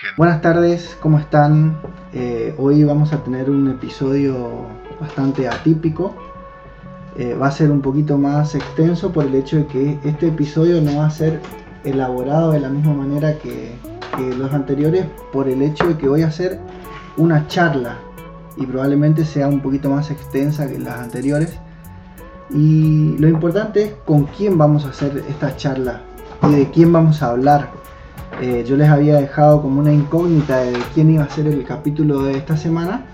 Buenas tardes, ¿cómo están? Hoy vamos a tener un episodio bastante atípico. Va a ser un poquito más extenso por el hecho de que este episodio no va a ser elaborado de la misma manera que los anteriores, por el hecho de que voy a hacer una charla y probablemente sea un poquito más extensa que las anteriores. Y lo importante es con quién vamos a hacer esta charla y de quién vamos a hablar. Yo les había dejado como una incógnita de quién iba a ser el capítulo de esta semana,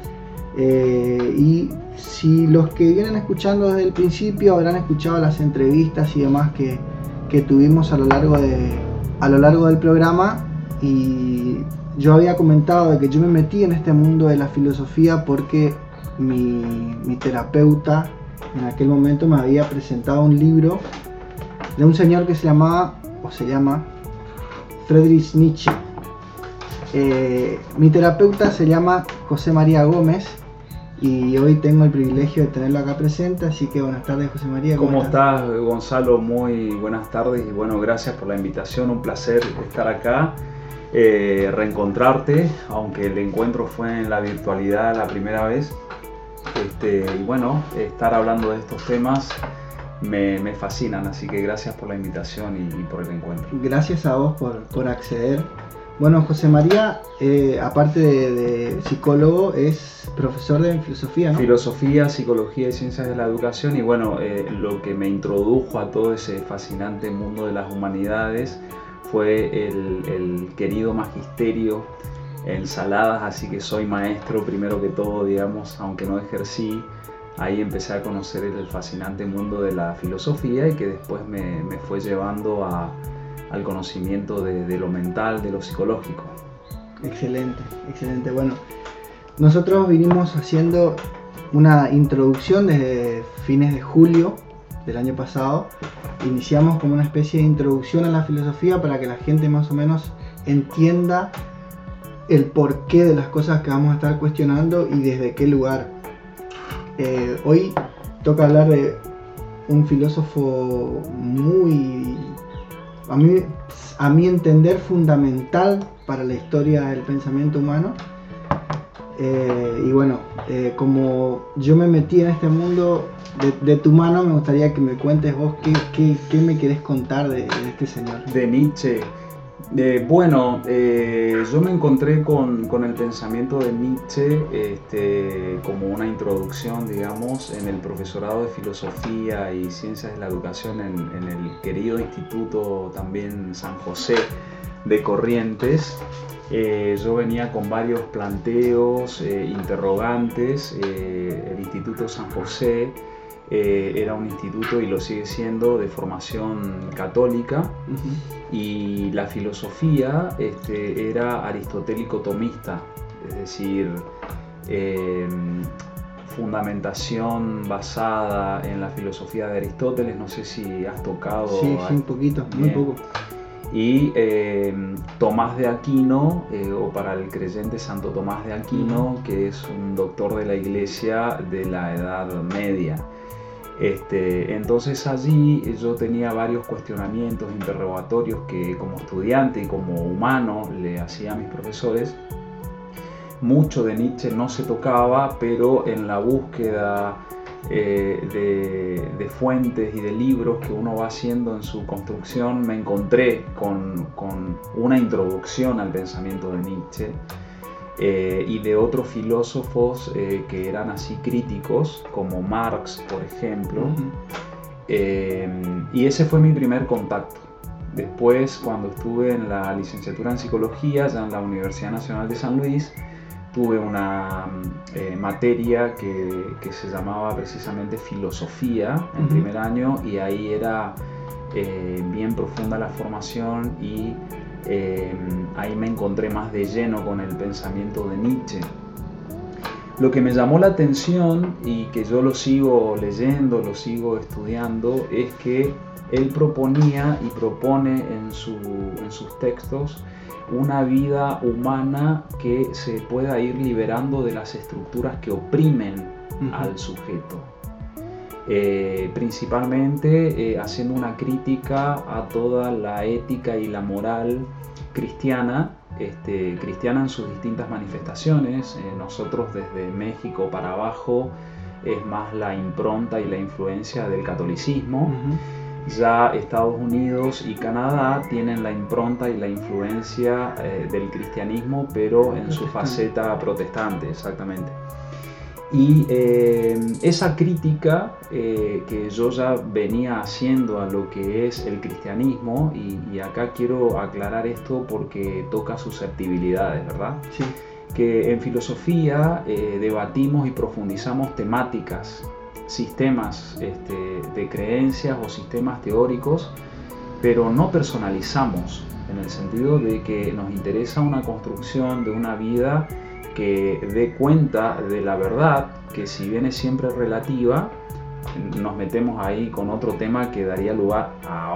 y si los que vienen escuchando desde el principio habrán escuchado las entrevistas y demás que tuvimos a lo largo del programa, y yo había comentado de que yo me metí en este mundo de la filosofía porque mi terapeuta en aquel momento me había presentado un libro de un señor que se llama Friedrich Nietzsche. Mi terapeuta se llama José María Gómez y hoy tengo el privilegio de tenerlo acá presente, así que buenas tardes, José María. ¿Cómo estás, Gonzalo? Muy buenas tardes y bueno, gracias por la invitación, un placer estar acá, reencontrarte, aunque el encuentro fue en la virtualidad la primera vez, y bueno, estar hablando de estos temas me fascinan, así que gracias por la invitación y por el encuentro. Gracias a vos por acceder. Bueno, José María, aparte de psicólogo, es profesor de filosofía, ¿no? Filosofía, psicología y ciencias de la educación, y bueno, lo que me introdujo a todo ese fascinante mundo de las humanidades fue el querido magisterio en Saladas, así que soy maestro primero que todo, digamos, aunque no ejercí. Ahí empecé a conocer el fascinante mundo de la filosofía y que después me fue llevando al conocimiento de lo mental, de lo psicológico. Excelente, excelente. Bueno, nosotros vinimos haciendo una introducción desde fines de julio del año pasado. Iniciamos como una especie de introducción a la filosofía para que la gente más o menos entienda el porqué de las cosas que vamos a estar cuestionando y desde qué lugar. Hoy toca hablar de un filósofo muy, a mi entender, fundamental para la historia del pensamiento humano. Y bueno, como yo me metí en este mundo de tu mano, me gustaría que me cuentes vos qué me querés contar de este señor. De Nietzsche. Bueno, yo me encontré con el pensamiento de Nietzsche como una introducción, digamos, en el profesorado de filosofía y ciencias de la educación en el querido instituto también San José de Corrientes. Yo venía con varios planteos, interrogantes. El Instituto San José era un instituto, y lo sigue siendo, de formación católica. Uh-huh. Y la filosofía era aristotélico-tomista, es decir, fundamentación basada en la filosofía de Aristóteles. No sé si has tocado. Sí, un poquito, muy poco. Y Tomás de Aquino, o para el creyente Santo Tomás de Aquino, que es un doctor de la Iglesia de la Edad Media. Entonces allí yo tenía varios cuestionamientos, interrogatorios que como estudiante y como humano le hacía a mis profesores. Mucho de Nietzsche no se tocaba, pero en la búsqueda de fuentes y de libros que uno va haciendo en su construcción, me encontré con una introducción al pensamiento de Nietzsche y de otros filósofos que eran así críticos, como Marx, por ejemplo. Uh-huh. Y ese fue mi primer contacto. Después, cuando estuve en la licenciatura en psicología, ya en la Universidad Nacional de San Luis, tuve una materia que se llamaba precisamente filosofía en primer año, y ahí era bien profunda la formación, y ahí me encontré más de lleno con el pensamiento de Nietzsche. Lo que me llamó la atención, y que yo lo sigo leyendo, lo sigo estudiando, es que él proponía y propone en sus textos una vida humana que se pueda ir liberando de las estructuras que oprimen al sujeto. Principalmente haciendo una crítica a toda la ética y la moral cristiana cristiana en sus distintas manifestaciones. Nosotros desde México para abajo es más la impronta y la influencia del catolicismo. Ya Estados Unidos y Canadá tienen la impronta y la influencia del cristianismo, pero en su faceta protestante, exactamente. Y esa crítica que yo ya venía haciendo a lo que es el cristianismo, y acá quiero aclarar esto porque toca susceptibilidades, ¿verdad? Sí. Que en filosofía debatimos y profundizamos temáticas, sistemas de creencias o sistemas teóricos, pero no personalizamos, en el sentido de que nos interesa una construcción de una vida que dé cuenta de la verdad, que si bien es siempre relativa, nos metemos ahí con otro tema que daría lugar a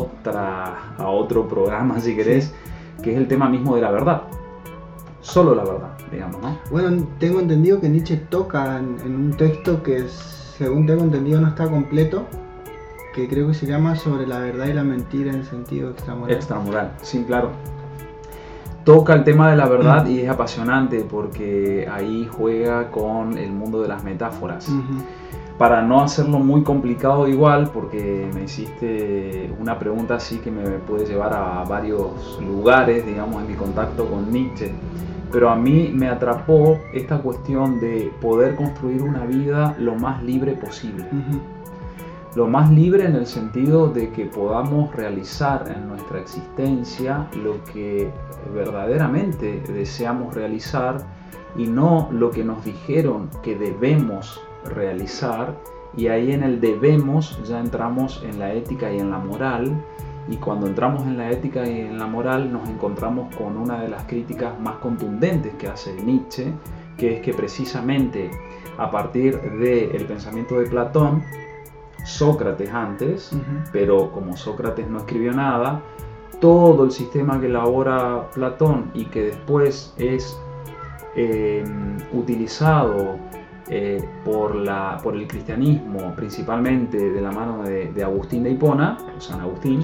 otro programa, si querés, que es el tema mismo de la verdad. Solo la verdad, digamos, ¿no? Bueno, tengo entendido que Nietzsche toca en un texto que, según tengo entendido, no está completo, que creo que se llama Sobre la verdad y la mentira en sentido extramoral. Extramoral, sí, claro. Toca el tema de la verdad y es apasionante porque ahí juega con el mundo de las metáforas. Para no hacerlo muy complicado igual, porque me hiciste una pregunta así que me puede llevar a varios lugares, digamos, en mi contacto con Nietzsche. Pero a mí me atrapó esta cuestión de poder construir una vida lo más libre posible. Lo más libre en el sentido de que podamos realizar en nuestra existencia lo que verdaderamente deseamos realizar y no lo que nos dijeron que debemos realizar. Y ahí en el debemos ya entramos en la ética y en la moral, y cuando entramos en la ética y en la moral nos encontramos con una de las críticas más contundentes que hace Nietzsche, que es que precisamente a partir del pensamiento de Platón, Sócrates antes, pero como Sócrates no escribió nada, todo el sistema que elabora Platón y que después es utilizado por el cristianismo, principalmente de la mano de Agustín de Hipona, o San Agustín.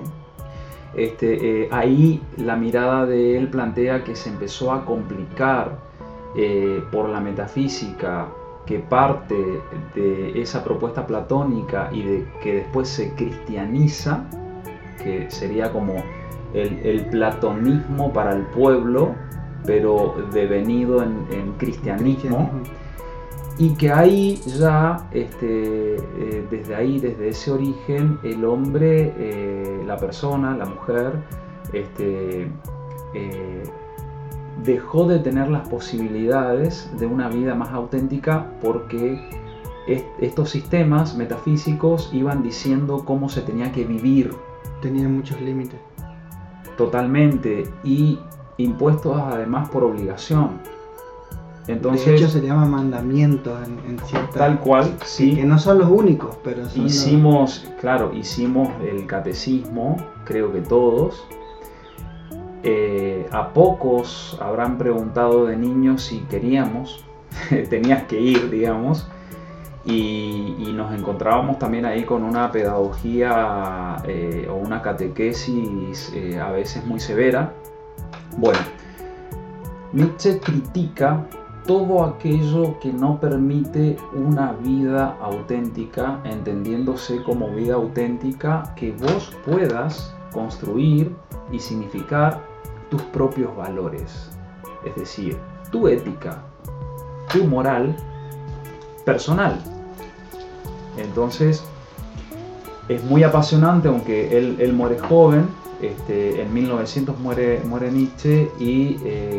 Ahí la mirada de él plantea que se empezó a complicar por la metafísica, que parte de esa propuesta platónica y de que después se cristianiza, que sería como el platonismo para el pueblo, pero devenido en cristianismo. Y que ahí ya, desde ese origen, el hombre, la persona, la mujer, dejó de tener las posibilidades de una vida más auténtica porque estos sistemas metafísicos iban diciendo cómo se tenía que vivir. Tenían muchos límites. Totalmente, y impuestos además por obligación. Entonces, de hecho se llama mandamientos en cierta... Tal cual, sí. Que no son los únicos, pero son hicimos el catecismo, creo que todos. A pocos habrán preguntado de niños si queríamos, tenías que ir, digamos, y nos encontrábamos también ahí con una pedagogía o una catequesis a veces muy severa. Bueno, Nietzsche critica todo aquello que no permite una vida auténtica, entendiéndose como vida auténtica que vos puedas construir y significar tus propios valores, es decir, tu ética, tu moral personal. Entonces es muy apasionante, aunque él muere joven, en 1900 muere Nietzsche, y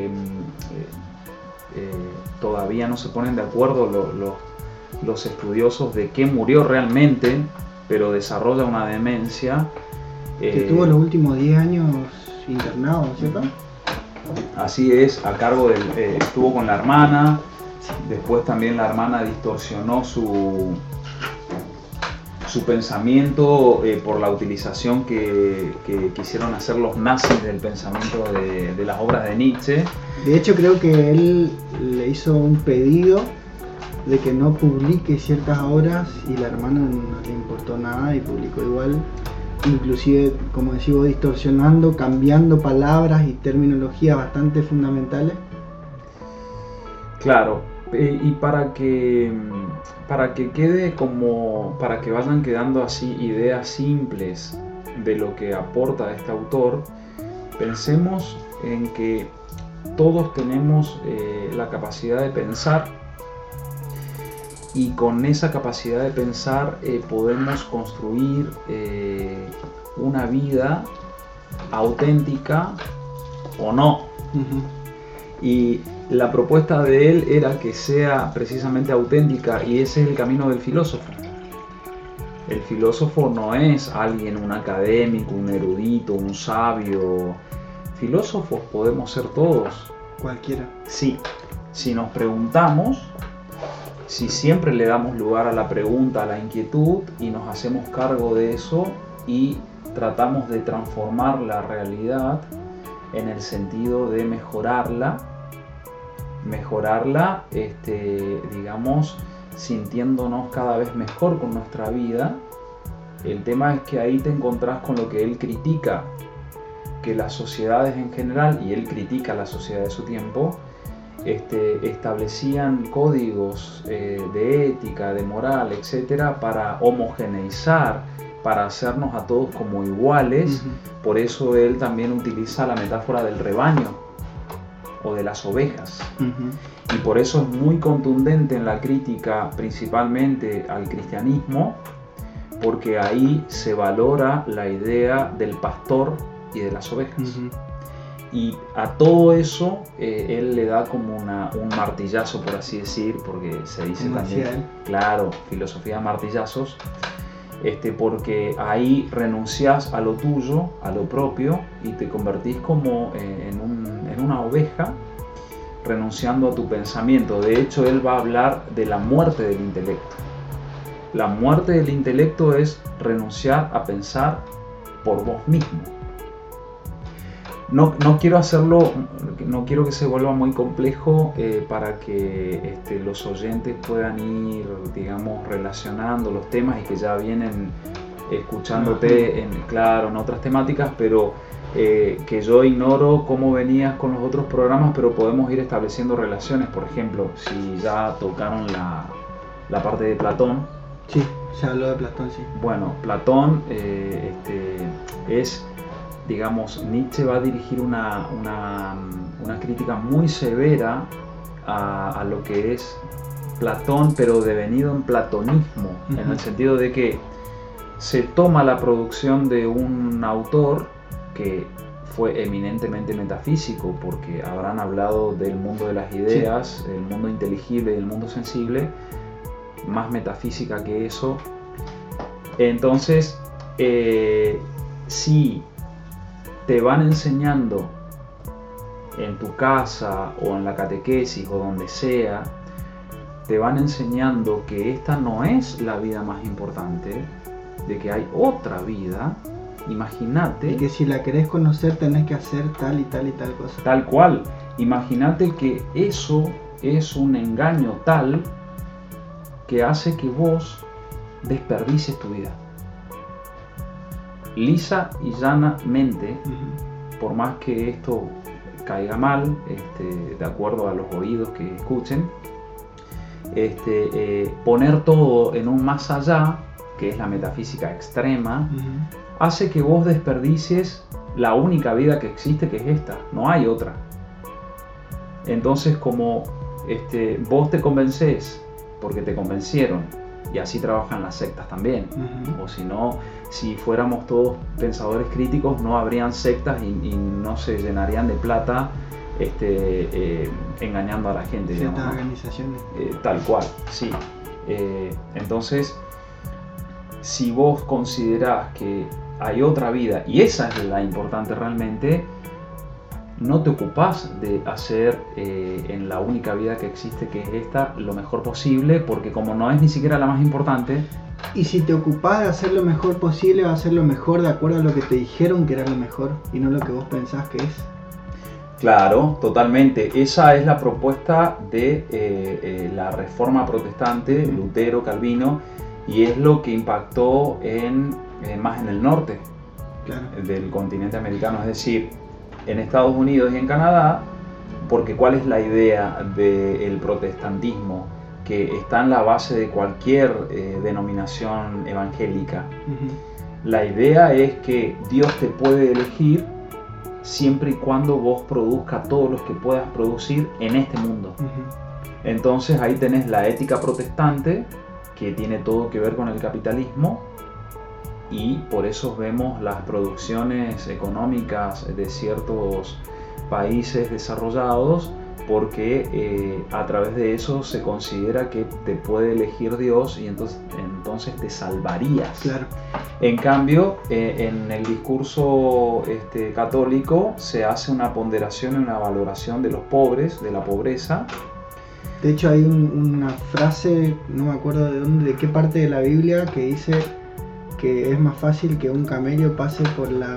todavía no se ponen de acuerdo los estudiosos de qué murió realmente, pero desarrolla una demencia. Que tuvo los últimos 10 años internado, ¿cierto? Así es, a cargo estuvo con la hermana, después también la hermana distorsionó su pensamiento por la utilización que quisieron hacer los nazis del pensamiento de las obras de Nietzsche. De hecho, creo que él le hizo un pedido de que no publique ciertas obras y la hermana no le importó nada y publicó igual. inclusive, como decís vos, distorsionando, cambiando palabras y terminologías bastante fundamentales. Claro, y para que quede como, para que vayan quedando así ideas simples de lo que aporta este autor, pensemos en que todos tenemos la capacidad de pensar, y con esa capacidad de pensar podemos construir una vida auténtica o no. Y la propuesta de él era que sea precisamente auténtica, y ese es el camino del filósofo. El filósofo no es alguien, un académico, un erudito, un sabio. Filósofos podemos ser todos. Cualquiera. Sí, si nos preguntamos, si siempre le damos lugar a la pregunta, a la inquietud, y nos hacemos cargo de eso y tratamos de transformar la realidad en el sentido de mejorarla, digamos, sintiéndonos cada vez mejor con nuestra vida. El tema es que ahí te encontrás con lo que él critica, que las sociedades en general, y él critica la sociedad de su tiempo, establecían códigos de ética, de moral, etcétera, para homogeneizar, para hacernos a todos como iguales. Por eso él también utiliza la metáfora del rebaño o de las ovejas. Y por eso es muy contundente en la crítica principalmente al cristianismo, porque ahí se valora la idea del pastor y de las ovejas. Y a todo eso él le da como un martillazo, por así decir, porque se dice también, claro, filosofía de martillazos, porque ahí renuncias a lo tuyo, a lo propio, y te convertís como en una oveja, renunciando a tu pensamiento. De hecho, él va a hablar de la muerte del intelecto. La muerte del intelecto es renunciar a pensar por vos mismo. No quiero hacerlo, no quiero que se vuelva muy complejo para que los oyentes puedan ir, digamos, relacionando los temas y que ya vienen escuchándote en otras temáticas, pero que yo ignoro cómo venías con los otros programas, pero podemos ir estableciendo relaciones. Por ejemplo, si ya tocaron la parte de Platón. Sí, se habló de Platón, sí. Bueno, Platón es... Digamos, Nietzsche va a dirigir una crítica muy severa a lo que es Platón, pero devenido en platonismo, en el sentido de que se toma la producción de un autor que fue eminentemente metafísico, porque habrán hablado del mundo de las ideas, el mundo inteligible y el mundo sensible, más metafísica que eso. Entonces, si te van enseñando en tu casa o en la catequesis o donde sea, te van enseñando que esta no es la vida más importante, de que hay otra vida, imagínate. Y que si la querés conocer tenés que hacer tal y tal y tal cosa. Tal cual. Imagínate que eso es un engaño tal que hace que vos desperdicies tu vida. Lisa y llanamente, por más que esto caiga mal, de acuerdo a los oídos que escuchen, poner todo en un más allá, que es la metafísica extrema, hace que vos desperdicies la única vida que existe, que es esta, no hay otra. Entonces, como vos te convencés, porque te convencieron, y así trabajan las sectas también, o si no, si fuéramos todos pensadores críticos, no habrían sectas y no se llenarían de plata engañando a la gente, ciertas digamos, ¿no? Organizaciones. Tal cual, sí. Entonces, si vos considerás que hay otra vida, y esa es la importante realmente, no te ocupás de hacer en la única vida que existe, que es esta, lo mejor posible, porque como no es ni siquiera la más importante. Y si te ocupás de hacer lo mejor posible, vas a hacer lo mejor de acuerdo a lo que te dijeron que era lo mejor y no lo que vos pensás que es. Claro, totalmente. Esa es la propuesta de la Reforma Protestante, Lutero, Calvino, y es lo que impactó en más en el norte del continente americano, es decir, en Estados Unidos y en Canadá, porque ¿cuál es la idea del protestantismo? Que está en la base de cualquier denominación evangélica. La idea es que Dios te puede elegir siempre y cuando vos produzcas todo lo que puedas producir en este mundo. Entonces ahí tenés la ética protestante, que tiene todo que ver con el capitalismo, y por eso vemos las producciones económicas de ciertos países desarrollados, porque a través de eso se considera que te puede elegir Dios y entonces te salvarías. Claro. En cambio, en el discurso católico se hace una ponderación y una valoración de los pobres, de la pobreza. De hecho hay una frase, no me acuerdo de qué parte de la Biblia, que dice que es más fácil que un camello pase por el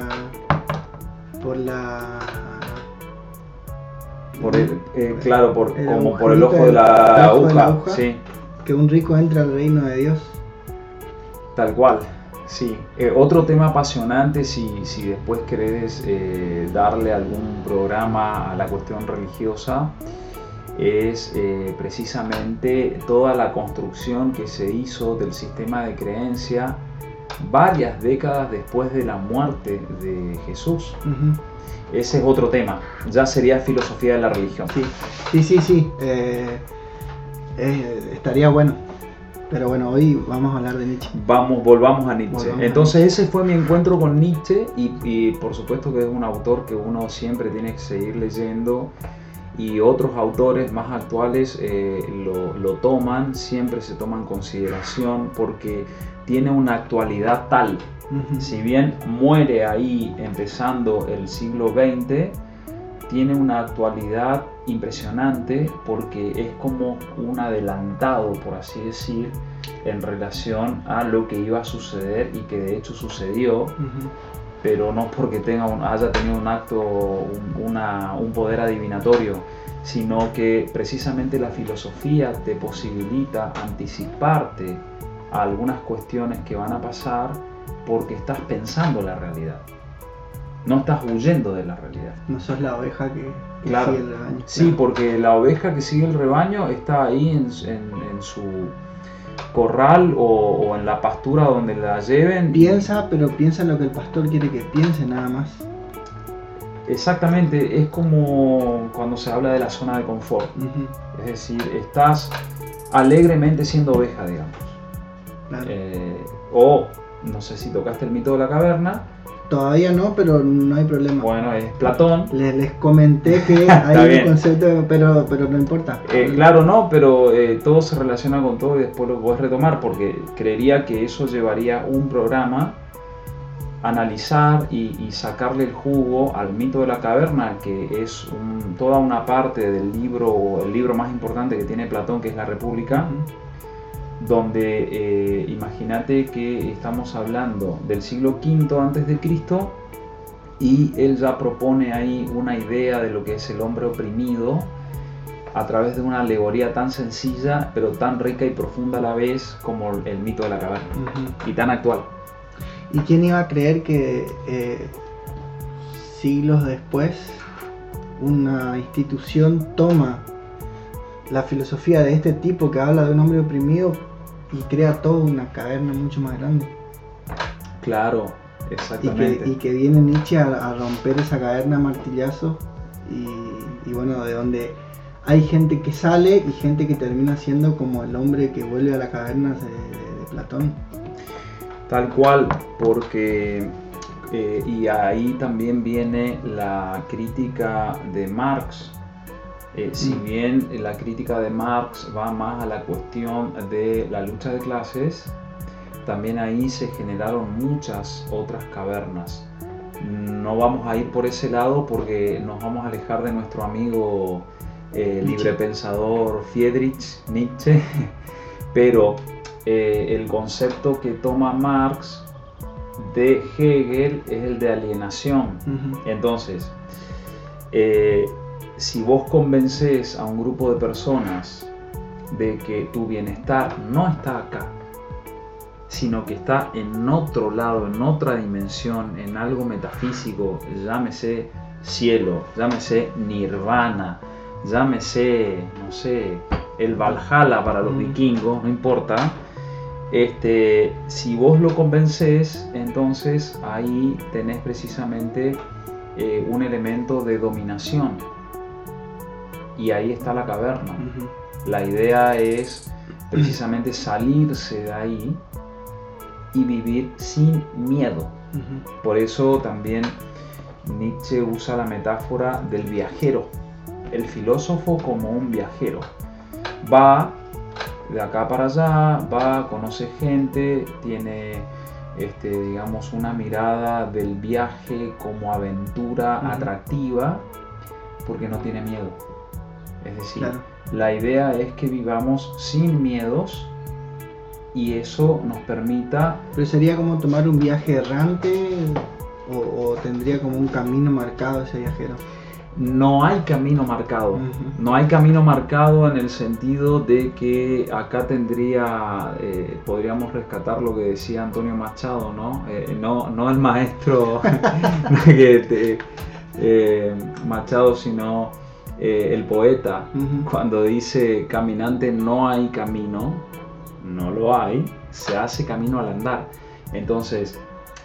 ojo de la aguja, sí. Que un rico entre al reino de Dios. Tal cual, sí. Otro tema apasionante, si después querés darle algún programa a la cuestión religiosa, es precisamente toda la construcción que se hizo del sistema de creencia varias décadas después de la muerte de Jesús. Ese es otro tema, ya sería filosofía de la religión. Sí. Estaría bueno. Pero bueno, hoy vamos a hablar de Nietzsche. Volvamos a Nietzsche. Entonces ese fue mi encuentro con Nietzsche y por supuesto que es un autor que uno siempre tiene que seguir leyendo, y otros autores más actuales lo toman, siempre se toman en consideración porque tiene una actualidad tal. Si bien muere ahí empezando el siglo XX, tiene una actualidad impresionante porque es como un adelantado, por así decir, en relación a lo que iba a suceder y que de hecho sucedió, pero no porque haya tenido un poder adivinatorio, sino que precisamente la filosofía te posibilita anticiparte a algunas cuestiones que van a pasar porque estás pensando la realidad. No estás huyendo de la realidad. No sos la oveja que claro, sigue el rebaño. Sí, claro. Porque la oveja que sigue el rebaño está ahí en su corral o en la pastura donde la lleven. Pero piensa lo que el pastor quiere que piense, nada más. Exactamente, es como cuando se habla de la zona de confort. Es decir, estás alegremente siendo oveja, digamos. Claro. O no sé si tocaste el mito de la caverna. Todavía no, pero no hay problema. Bueno, es Platón. Les comenté que hay un concepto, pero no importa. Claro, no, pero todo se relaciona con todo y después lo podés retomar, porque creería que eso llevaría un programa, analizar y sacarle el jugo al mito de la caverna, que es toda una parte del libro, el libro más importante que tiene Platón, que es La República. Donde imagínate que estamos hablando del siglo V a.C. y él ya propone ahí una idea de lo que es el hombre oprimido a través de una alegoría tan sencilla pero tan rica y profunda a la vez como el mito de la caverna, y tan actual. ¿Y quién iba a creer que siglos después una institución toma la filosofía de este tipo que habla de un hombre oprimido y crea toda una caverna mucho más grande? Claro, exactamente. Y que viene Nietzsche a romper esa caverna a martillazo, y bueno, de donde hay gente que sale y gente que termina siendo como el hombre que vuelve a la caverna de Platón. Tal cual, porque y ahí también viene la crítica de Marx. Si bien la crítica de Marx va más a la cuestión de la lucha de clases, también ahí se generaron muchas otras cavernas. No vamos a ir por ese lado porque nos vamos a alejar de nuestro amigo librepensador Friedrich Nietzsche, pero el concepto que toma Marx de Hegel es el de alienación. Entonces, si vos convences a un grupo de personas de que tu bienestar no está acá, sino que está en otro lado, en otra dimensión, en algo metafísico, llámese cielo, llámese nirvana, llámese, no sé, el Valhalla para los vikingos, no importa. Si vos lo convencés, entonces ahí tenés precisamente un elemento de dominación, y ahí está la caverna. La idea es precisamente salirse de ahí y vivir sin miedo. Por eso también Nietzsche usa la metáfora del viajero, el filósofo como un viajero. Va de acá para allá, va, conoce gente, tiene digamos una mirada del viaje como aventura atractiva, porque no tiene miedo. Es decir, claro, la idea es que vivamos sin miedos, y eso nos permita... ¿Pero sería como tomar un viaje errante o tendría como un camino marcado ese viajero? No hay camino marcado. No hay camino marcado en el sentido de que acá tendría, podríamos rescatar lo que decía Antonio Machado, ¿no? No el maestro Machado, sino el poeta, cuando dice: caminante no hay camino, no lo hay, se hace camino al andar. Entonces,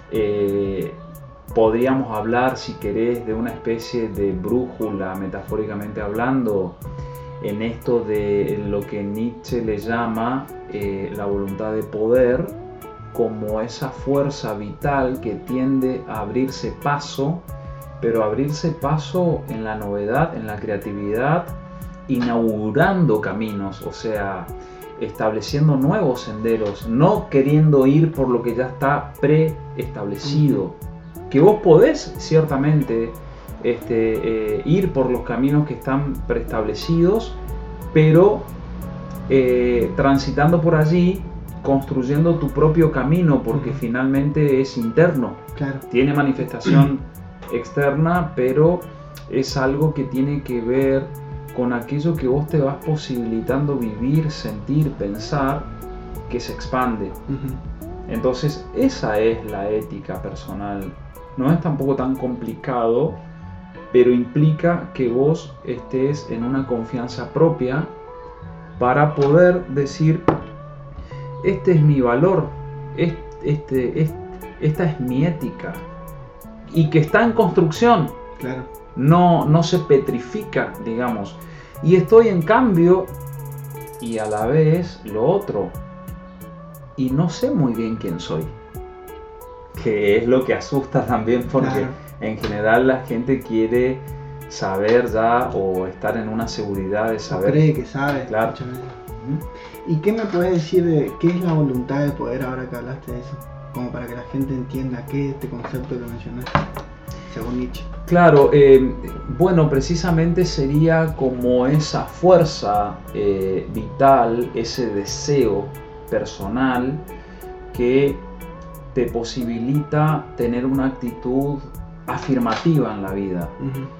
podríamos hablar, si querés, de una especie de brújula, metafóricamente hablando, en esto de lo que Nietzsche le llama la voluntad de poder, como esa fuerza vital que tiende a abrirse paso, pero abrirse paso en la novedad, en la creatividad, inaugurando caminos, o sea, estableciendo nuevos senderos, no queriendo ir por lo que ya está preestablecido. Que vos podés ciertamente ir por los caminos que están preestablecidos, pero transitando por allí, construyendo tu propio camino, porque finalmente es interno. Claro. Tiene manifestación externa, pero es algo que tiene que ver con aquello que vos te vas posibilitando vivir, sentir, pensar, que se expande. Entonces esa es la ética personal. No es tampoco tan complicado, pero implica que vos estés en una confianza propia para poder decir: este es mi valor, esta es mi ética, y que está en construcción. Claro. No se petrifica, digamos. Y estoy en cambio, y a la vez lo otro, y no sé muy bien quién soy, que es lo que asusta también, porque claro, en general la gente quiere saber ya, o estar en una seguridad de saber. O cree que sabe. Claro. ¿Y qué me puedes decir de qué es la voluntad de poder, ahora que hablaste de eso? Como para que la gente entienda qué es este concepto que mencionaste, según Nietzsche. Claro, bueno, precisamente sería como esa fuerza vital, ese deseo personal que te posibilita tener una actitud afirmativa en la vida.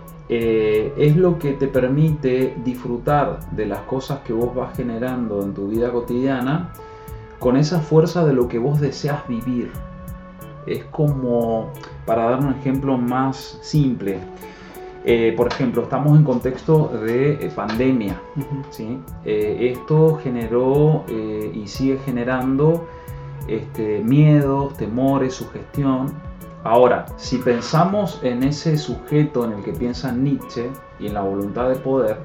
Es lo que te permite disfrutar de las cosas que vos vas generando en tu vida cotidiana con esa fuerza de lo que vos deseas vivir. Es como, para dar un ejemplo más simple, por ejemplo, estamos en contexto de pandemia, ¿sí? Esto generó y sigue generando miedos, temores, sugestión. Ahora, si pensamos en ese sujeto en el que piensa Nietzsche y en la voluntad de poder,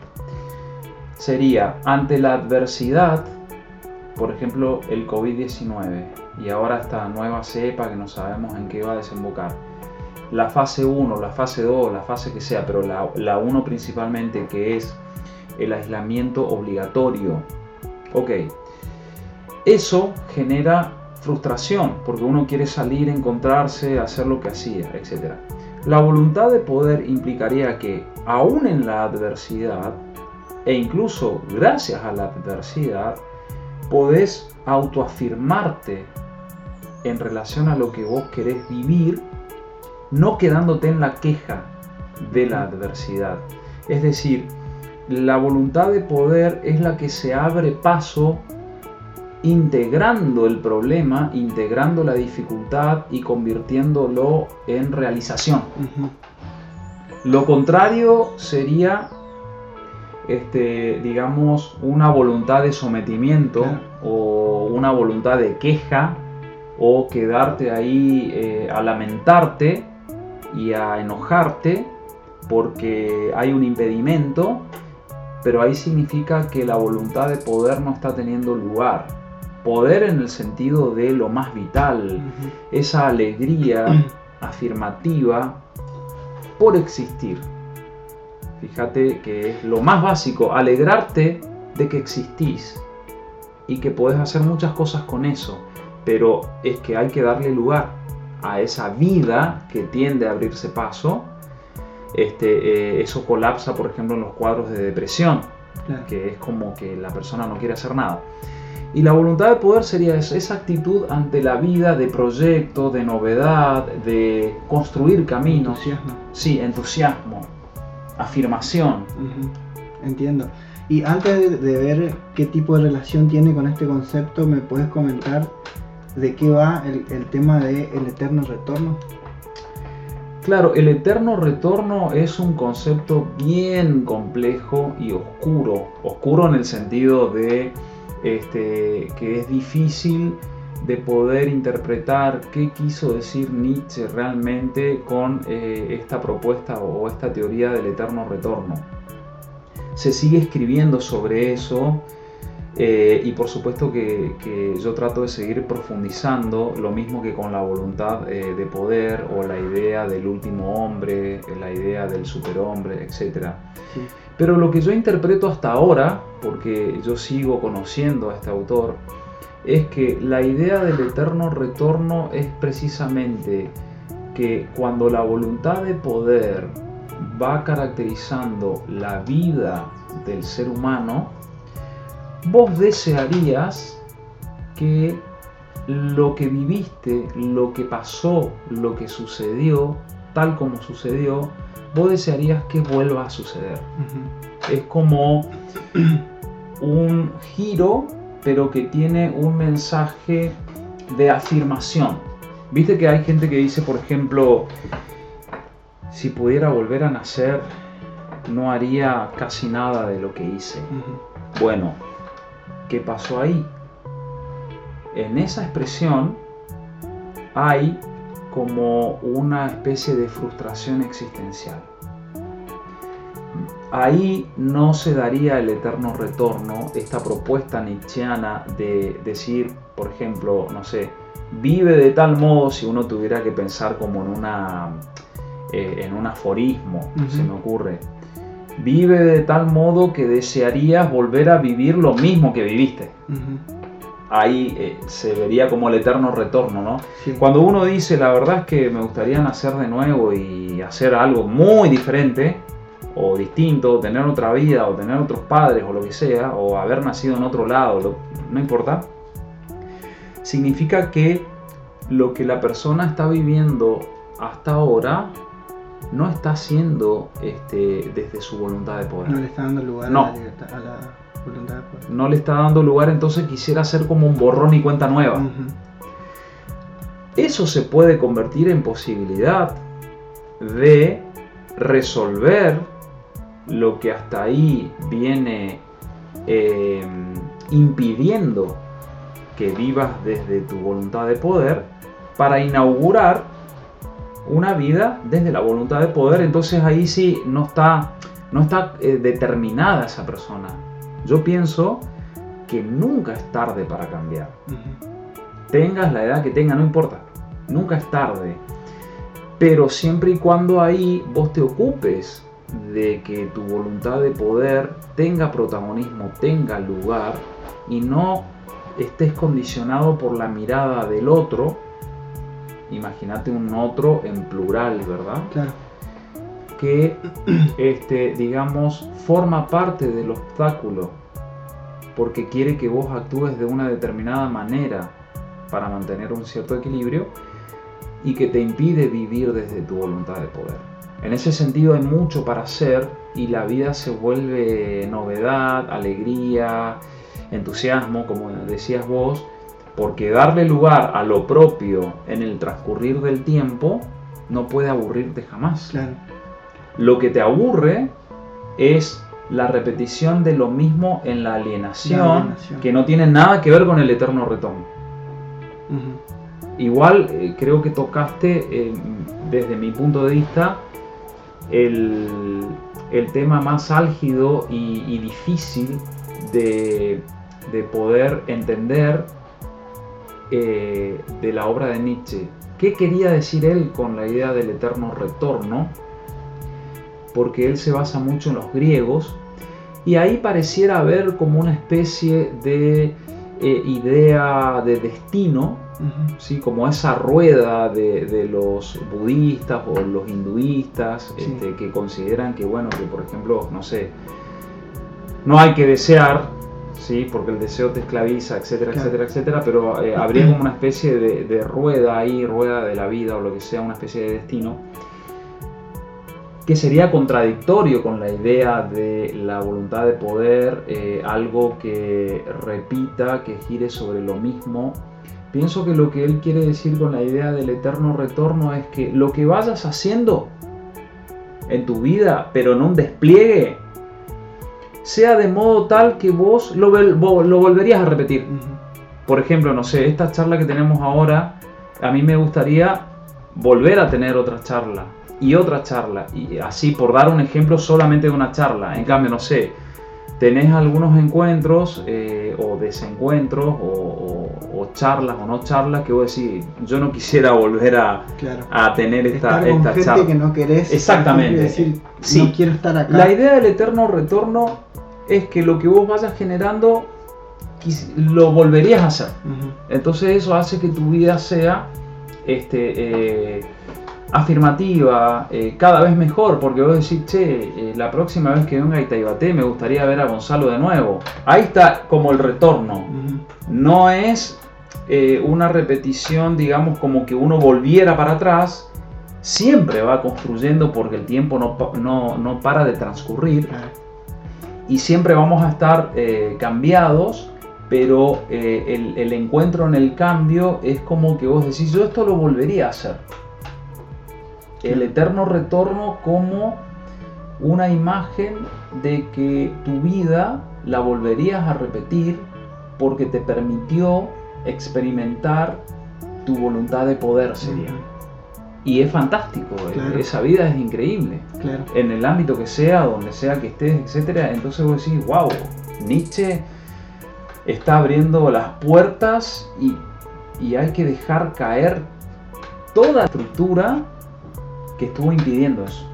sería ante la adversidad, por ejemplo, el COVID-19 y ahora esta nueva cepa que no sabemos en qué va a desembocar. La fase 1, la fase 2, la fase que sea, pero la 1 principalmente, que es el aislamiento obligatorio. Ok, eso genera frustración, porque uno quiere salir, encontrarse, hacer lo que hacía, etc. La voluntad de poder implicaría que, aún en la adversidad, e incluso gracias a la adversidad, podés autoafirmarte en relación a lo que vos querés vivir, no quedándote en la queja de la adversidad. Es decir, la voluntad de poder es la que se abre paso integrando el problema, integrando la dificultad y convirtiéndolo en realización. Lo contrario sería, digamos, una voluntad de sometimiento, o una voluntad de queja, o quedarte ahí a lamentarte y a enojarte porque hay un impedimento, pero ahí significa que la voluntad de poder no está teniendo lugar. Poder en el sentido de lo más vital, esa alegría afirmativa por existir. Fíjate que es lo más básico, alegrarte de que existís y que podés hacer muchas cosas con eso, pero es que hay que darle lugar a esa vida que tiende a abrirse paso. Eso colapsa, por ejemplo, en los cuadros de depresión, que es como que la persona no quiere hacer nada. Y la voluntad de poder sería esa actitud ante la vida de proyecto, de novedad, de construir caminos. Entusiasmo. Sí, entusiasmo, afirmación. Entiendo. Y antes de ver qué tipo de relación tiene con este concepto, ¿me puedes comentar de qué va el tema del eterno retorno? Claro, el eterno retorno es un concepto bien complejo y oscuro. Oscuro en el sentido de que es difícil de poder interpretar qué quiso decir Nietzsche realmente con esta propuesta o esta teoría del eterno retorno. Se sigue escribiendo sobre eso, y por supuesto que yo trato de seguir profundizando, lo mismo que con la voluntad de poder, o la idea del último hombre, la idea del superhombre, etc. Sí. Pero lo que yo interpreto hasta ahora, porque yo sigo conociendo a este autor, es que la idea del eterno retorno es precisamente que cuando la voluntad de poder va caracterizando la vida del ser humano, vos desearías que lo que viviste, lo que pasó, lo que sucedió, tal como sucedió, vos desearías que vuelva a suceder. Es como un giro, pero que tiene un mensaje de afirmación. Viste que hay gente que dice, por ejemplo, si pudiera volver a nacer, no haría casi nada de lo que hice. Bueno, ¿qué pasó ahí? En esa expresión hay como una especie de frustración existencial. Ahí no se daría el eterno retorno, esta propuesta nietzscheana de decir, por ejemplo, no sé, vive de tal modo, si uno tuviera que pensar como en un aforismo, se me ocurre. Vive de tal modo que desearías volver a vivir lo mismo que viviste. Ahí se vería como el eterno retorno, ¿no? Sí. Cuando uno dice, la verdad es que me gustaría nacer de nuevo y hacer algo muy diferente o distinto, tener otra vida o tener otros padres o lo que sea, o haber nacido en otro lado, no importa, significa que lo que la persona está viviendo hasta ahora no está haciendo desde su voluntad de poder. No le está dando lugar No. a la libertad, a la voluntad de poder. No le está dando lugar, entonces quisiera hacer como un borrón y cuenta nueva. Eso se puede convertir en posibilidad de resolver lo que hasta ahí viene impidiendo que vivas desde tu voluntad de poder, para inaugurar una vida desde la voluntad de poder. Entonces ahí sí no está determinada esa persona. Yo pienso que nunca es tarde para cambiar. Tengas la edad que tengas, no importa, nunca es tarde. Pero siempre y cuando ahí vos te ocupes de que tu voluntad de poder tenga protagonismo, tenga lugar, y no estés condicionado por la mirada del otro. Imagínate un otro en plural, ¿verdad? Claro. Que, digamos, forma parte del obstáculo porque quiere que vos actúes de una determinada manera para mantener un cierto equilibrio y que te impide vivir desde tu voluntad de poder. En ese sentido hay mucho para hacer y la vida se vuelve novedad, alegría, entusiasmo, como decías vos, porque darle lugar a lo propio en el transcurrir del tiempo no puede aburrirte jamás. Claro. Lo que te aburre es la repetición de lo mismo en la alienación, que no tiene nada que ver con el eterno retorno. Igual creo que tocaste, desde mi punto de vista, el tema más álgido y difícil de poder entender de la obra de Nietzsche. ¿Qué quería decir él con la idea del eterno retorno? Porque él se basa mucho en los griegos, y ahí pareciera haber como una especie de idea de destino, ¿sí? Como esa rueda de los budistas o los hinduistas, Sí. Que consideran que, bueno, que por ejemplo, no sé, no hay que desear, ¿sí? Porque el deseo te esclaviza, etcétera, Claro. etcétera, etcétera, pero habría como una especie de rueda ahí, rueda de la vida o lo que sea, una especie de destino, que sería contradictorio con la idea de la voluntad de poder, algo que repita, que gire sobre lo mismo. Pienso que lo que él quiere decir con la idea del eterno retorno es que lo que vayas haciendo en tu vida, pero en un despliegue, sea de modo tal que vos lo volverías a repetir. Por ejemplo, no sé, esta charla que tenemos ahora, a mí me gustaría volver a tener otra charla y otra charla, y así, por dar un ejemplo solamente de una charla. En cambio, no sé, tenés algunos encuentros o desencuentros o charlas o no charlas que vos decís, yo no quisiera volver a tener esta gente charla que no querés. exactamente Decir, sí. No quiero estar acá. La idea del eterno retorno es que lo que vos vayas generando lo volverías a hacer. Entonces eso hace que tu vida sea afirmativa, cada vez mejor, porque vos decís, che, la próxima vez que venga a Itaibaté me gustaría ver a Gonzalo de nuevo. Ahí está como el retorno. No es una repetición, digamos, como que uno volviera para atrás. Siempre va construyendo, porque el tiempo no para de transcurrir, y siempre vamos a estar cambiados, pero el encuentro en el cambio es como que vos decís, yo esto lo volvería a hacer. El eterno retorno como una imagen de que tu vida la volverías a repetir porque te permitió experimentar tu voluntad de poder, sería. Y es fantástico, esa vida es increíble. En el ámbito que sea, donde sea que estés, etcétera. Entonces vos decís, wow, Nietzsche está abriendo las puertas y hay que dejar caer toda la estructura que estuvo impidiendo eso.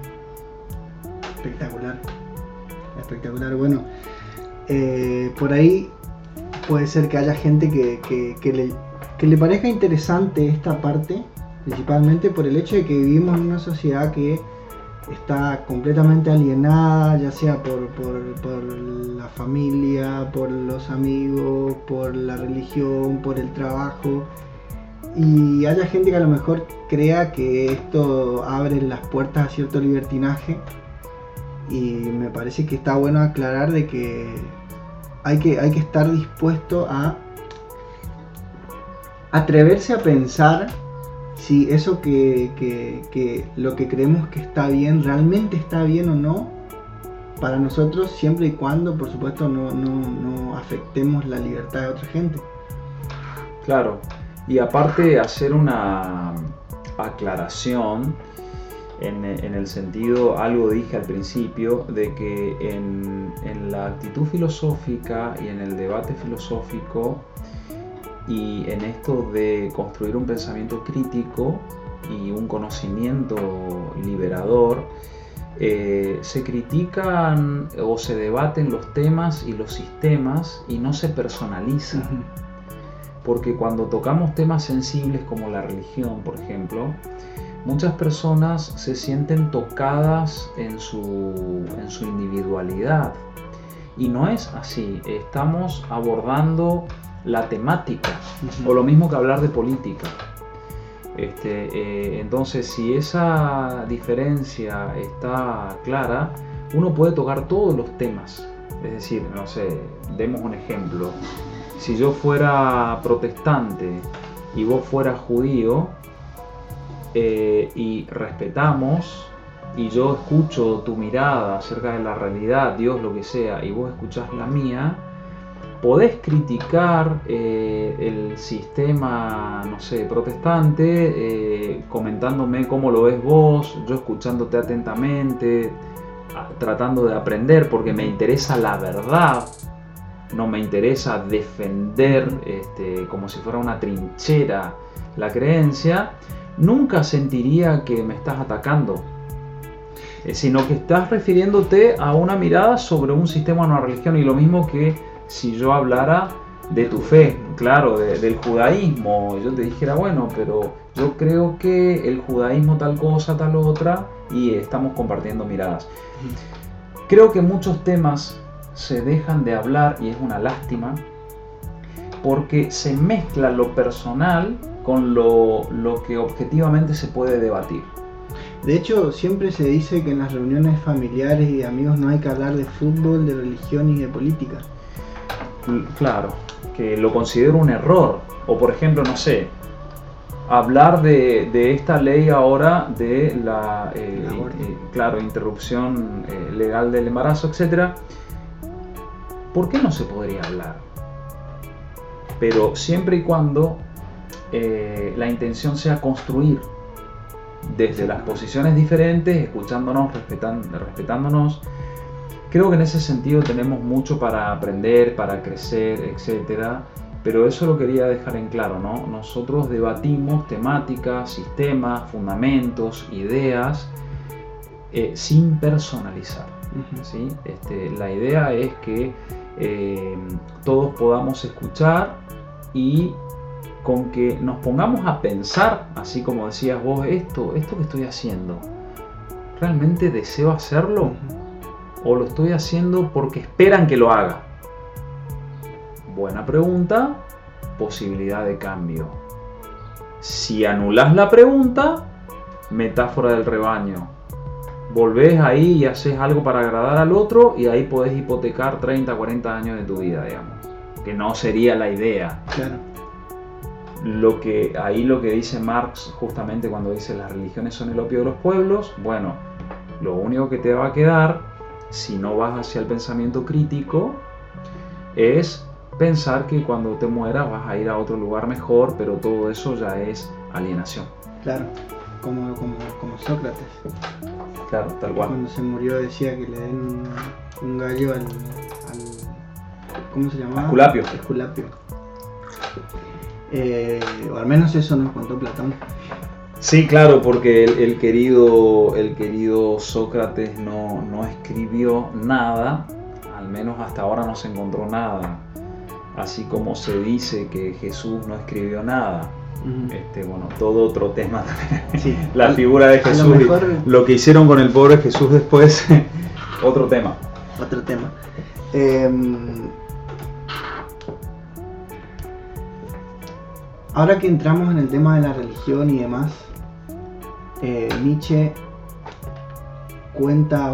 Espectacular. Bueno, por ahí puede ser que haya gente que le parezca interesante esta parte, principalmente por el hecho de que vivimos en una sociedad que está completamente alienada, ya sea por la familia, por los amigos, por la religión, por el trabajo. Y haya gente que a lo mejor crea que esto abre las puertas a cierto libertinaje, y me parece que está bueno aclarar de que hay que estar dispuesto a atreverse a pensar si eso que lo que creemos que está bien realmente está bien o no para nosotros, siempre y cuando, por supuesto, no afectemos la libertad de otra gente. Claro. Y aparte hacer una aclaración en el sentido, algo dije al principio, de que en la actitud filosófica y en el debate filosófico y en esto de construir un pensamiento crítico y un conocimiento liberador, se critican o se debaten los temas y los sistemas y no se personalizan. Porque cuando tocamos temas sensibles como la religión, por ejemplo, muchas personas se sienten tocadas en su individualidad. Y no es así. Estamos abordando la temática, o lo mismo que hablar de política. Entonces, si esa diferencia está clara, uno puede tocar todos los temas Es decir, no sé, demos un ejemplo. Si yo fuera protestante y vos fueras judío, y respetamos, y yo escucho tu mirada acerca de la realidad, Dios, lo que sea, y vos escuchás la mía, podés criticar el sistema, no sé, protestante, comentándome cómo lo ves vos, yo escuchándote atentamente, tratando de aprender, porque me interesa la verdad, no me interesa defender como si fuera una trinchera la creencia. Nunca sentiría que me estás atacando, sino que estás refiriéndote a una mirada sobre un sistema, una religión, y lo mismo que si yo hablara de tu fe, claro, del judaísmo, yo te dijera, bueno, pero yo creo que el judaísmo tal cosa, tal otra, y estamos compartiendo miradas. Creo que muchos temas se dejan de hablar, y es una lástima, porque se mezcla lo personal con lo que objetivamente se puede debatir. De hecho, siempre se dice que en las reuniones familiares y de amigos no hay que hablar de fútbol, de religión y de política. Claro, que lo considero un error. O por ejemplo, no sé, hablar de esta ley ahora de la interrupción legal del embarazo, etc. ¿Por qué no se podría hablar? Pero siempre y cuando la intención sea construir desde las posiciones diferentes, escuchándonos, respetándonos. Creo que en ese sentido tenemos mucho para aprender, para crecer, etcétera. Pero eso lo quería dejar en claro, ¿no? Nosotros debatimos temáticas, sistemas, fundamentos, ideas, sin personalizar, ¿sí? La idea es que todos podamos escuchar, y con que nos pongamos a pensar, así como decías vos, esto que estoy haciendo, ¿realmente deseo hacerlo? ¿O lo estoy haciendo porque esperan que lo haga? Buena pregunta, posibilidad de cambio. Si anulás la pregunta, metáfora del rebaño. Volvés ahí y haces algo para agradar al otro, y ahí podés hipotecar 30, 40 años de tu vida, digamos. Que no sería la idea. Claro. Lo que dice Marx justamente cuando dice las religiones son el opio de los pueblos, bueno, lo único que te va a quedar, si no vas hacia el pensamiento crítico, es pensar que cuando te mueras vas a ir a otro lugar mejor, pero todo eso ya es alienación. Claro, como Sócrates. Claro, tal cual. Cuando se murió decía que le den un gallo al ¿cómo se llamaba? Esculapio. O al menos eso nos contó Platón. Sí, claro, porque el querido Sócrates no escribió nada, al menos hasta ahora no se encontró nada, así como se dice que Jesús no escribió nada. Bueno, todo otro tema también. Sí. La figura de Jesús, mejor, lo que hicieron con el pobre Jesús después, otro tema. Ahora que entramos en el tema de la religión y demás, Nietzsche cuenta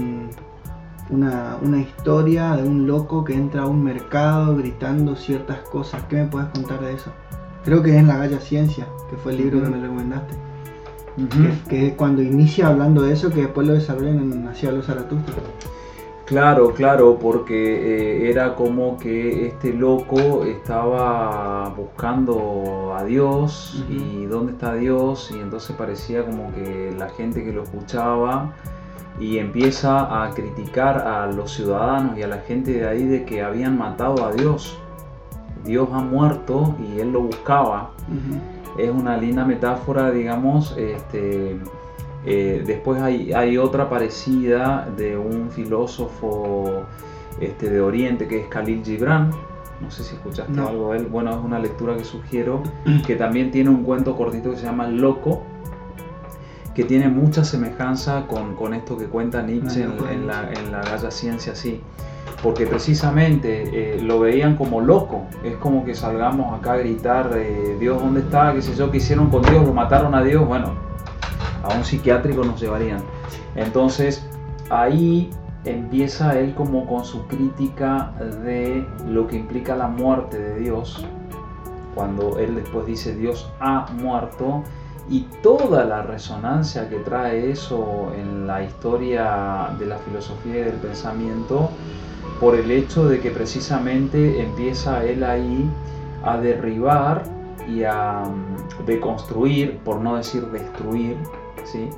una historia de un loco que entra a un mercado gritando ciertas cosas. ¿Qué me puedes contar de eso? Creo que es en La Galla Ciencia, que fue el libro que me recomendaste. Que es cuando inicia hablando de eso, que después lo desarrollan en Nació los Zaratustra. Claro, porque era como que este loco estaba buscando a Dios, y dónde está Dios, y entonces parecía como que la gente que lo escuchaba, y empieza a criticar a los ciudadanos y a la gente de ahí de que habían matado a Dios. Dios ha muerto y él lo buscaba. Es una linda metáfora, digamos. Después hay otra parecida de un filósofo de Oriente que es Khalil Gibran. No sé si escuchaste algo de él. Bueno, es una lectura que sugiero, que también tiene un cuento cortito que se llama El Loco, que tiene mucha semejanza con esto que cuenta Nietzsche en la Galla Ciencia, sí. Porque precisamente lo veían como loco. Es como que salgamos acá a gritar, Dios, ¿dónde está? ¿Qué sé yo? ¿Qué hicieron con Dios? ¿Lo mataron a Dios? Bueno, a un psiquiátrico nos llevarían. Entonces ahí empieza él como con su crítica de lo que implica la muerte de Dios, cuando él después dice Dios ha muerto, y toda la resonancia que trae eso en la historia de la filosofía y del pensamiento, por el hecho de que precisamente empieza él ahí a derribar y a deconstruir, por no decir destruir, ¿sí?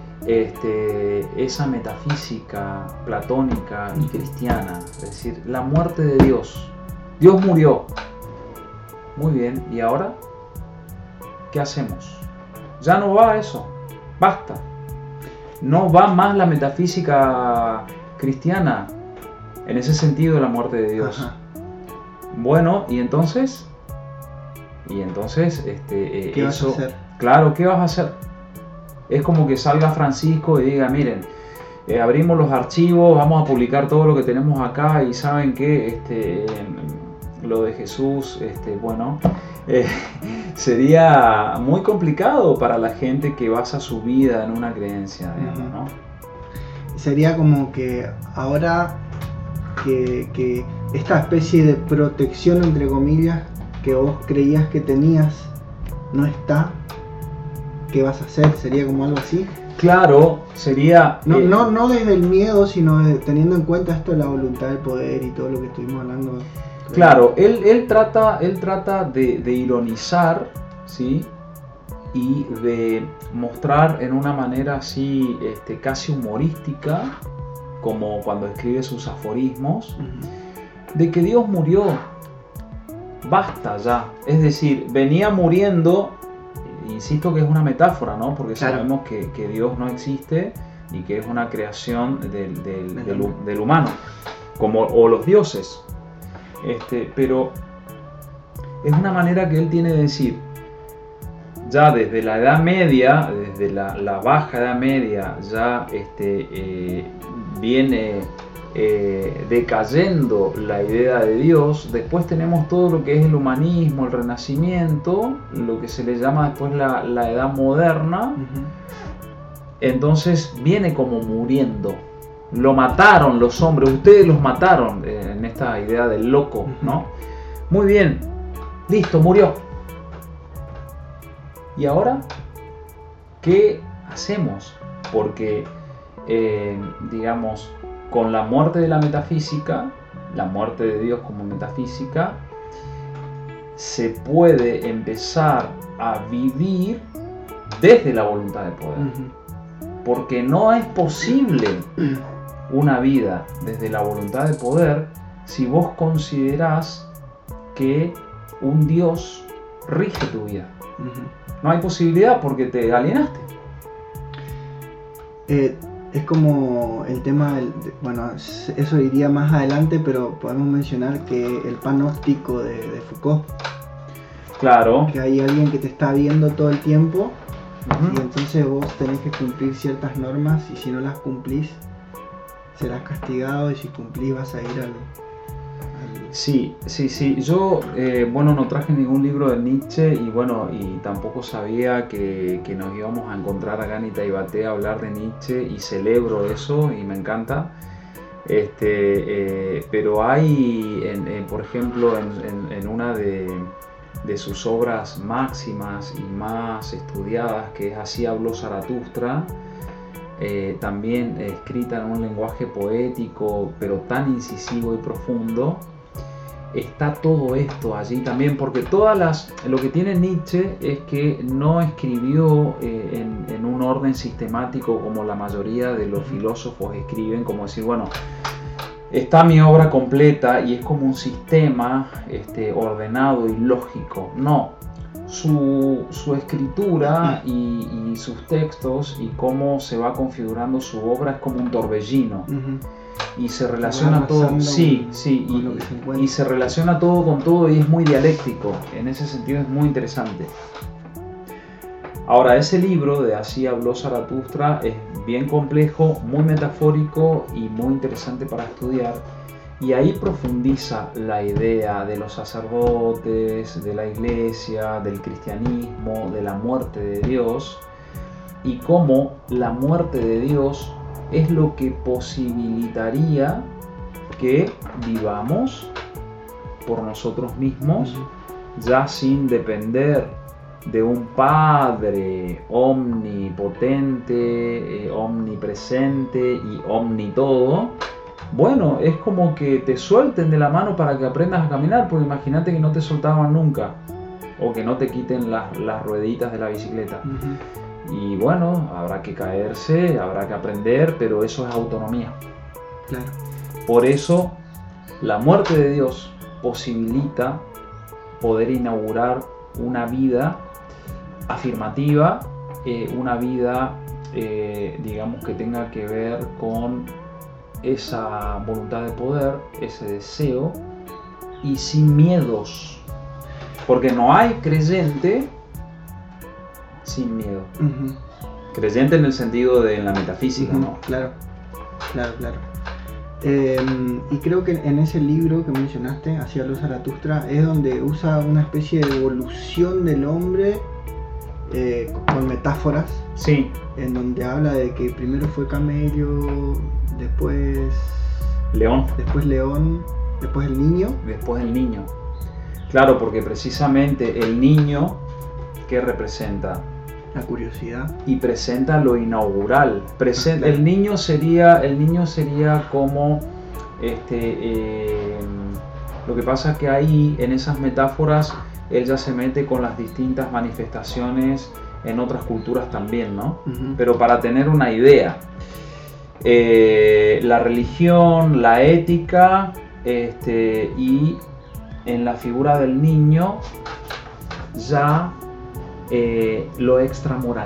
Esa metafísica platónica y cristiana, es decir, la muerte de Dios. Dios murió. Muy bien, ¿y ahora qué hacemos? Ya no va eso, basta. No va más la metafísica cristiana en ese sentido de la muerte de Dios. Ajá. Bueno, ¿y entonces? ¿Qué vas a hacer? Claro, ¿qué vas a hacer? Es como que salga Francisco y diga, miren, abrimos los archivos, vamos a publicar todo lo que tenemos acá, y saben que lo de Jesús, sería muy complicado para la gente que basa su vida en una creencia, digamos, ¿no? Sería como que ahora que esta especie de protección, entre comillas, que vos creías que tenías, no está. ¿Qué vas a hacer? ¿Sería como algo así? Claro, sería... No desde el miedo, sino teniendo en cuenta esto de la voluntad del poder y todo lo que estuvimos hablando. Claro, él trata de ironizar, ¿sí? Y de mostrar en una manera así casi humorística, como cuando escribe sus aforismos, de que Dios murió. Basta ya. Es decir, venía muriendo, insisto que es una metáfora, ¿no? Porque claro, sabemos que Dios no existe y que es una creación del humano, o los dioses. Pero es una manera que él tiene de decir, ya desde la Edad Media, desde la Baja Edad Media, ya viene decayendo la idea de Dios. Después tenemos todo lo que es el humanismo, el Renacimiento, lo que se le llama después la Edad Moderna. Entonces viene como muriendo. Lo mataron los hombres, ustedes los mataron, en esta idea del loco, ¿no? Muy bien, listo, murió. ¿Y ahora qué hacemos? Porque, digamos, con la muerte de la metafísica, la muerte de Dios como metafísica, se puede empezar a vivir desde la voluntad de poder. Porque no es posible una vida desde la voluntad de poder si vos considerás que un Dios rige tu vida. No hay posibilidad porque te alienaste. Es como el tema bueno, eso iría más adelante, pero podemos mencionar que el panóptico de Foucault. Claro. Que hay alguien que te está viendo todo el tiempo, y entonces vos tenés que cumplir ciertas normas, y si no las cumplís serás castigado, y si cumplís vas a ir al... Sí. Yo, no traje ningún libro de Nietzsche, y tampoco sabía que nos íbamos a encontrar acá en Itaibate a hablar de Nietzsche, y celebro eso y me encanta. Pero hay, por ejemplo, en una de sus obras máximas y más estudiadas, que es Así habló Zaratustra, también escrita en un lenguaje poético, pero tan incisivo y profundo. Está todo esto allí también, porque lo que tiene Nietzsche es que no escribió en un orden sistemático como la mayoría de los filósofos escriben, como decir, bueno, está mi obra completa y es como un sistema ordenado y lógico. No, su escritura y sus textos y cómo se va configurando su obra es como un torbellino. Y se relaciona todo, y se relaciona todo con todo, y es muy dialéctico. En ese sentido es muy interesante. Ahora, ese libro de Así habló Zaratustra es bien complejo, muy metafórico y muy interesante para estudiar. Y ahí profundiza la idea de los sacerdotes, de la iglesia, del cristianismo, de la muerte de Dios, y cómo la muerte de Dios es lo que posibilitaría que vivamos por nosotros mismos, ya sin depender de un Padre omnipotente, omnipresente y omnitodo. Bueno, es como que te suelten de la mano para que aprendas a caminar, porque imagínate que no te soltaban nunca, o que no te quiten las rueditas de la bicicleta. Y bueno, habrá que caerse, habrá que aprender, pero eso es autonomía. Claro. Por eso, la muerte de Dios posibilita poder inaugurar una vida afirmativa, una vida, digamos, que tenga que ver con esa voluntad de poder, ese deseo, y sin miedos. Porque no hay creyente sin miedo. Creyente en el sentido de la metafísica, ¿no? Claro. Y creo que en ese libro que mencionaste, Hacia Luz Zaratustra, es donde usa una especie de evolución del hombre con metáforas. Sí. En donde habla de que primero fue camello, después león, después el niño. Después el niño. Claro, porque precisamente el niño, ¿qué representa? La curiosidad. Y presenta lo inaugural. Claro. El niño sería como lo que pasa es que ahí en esas metáforas él ya se mete con las distintas manifestaciones en otras culturas también, ¿no? Pero para tener una idea, la religión, la ética, y en la figura del niño ya lo extramoral.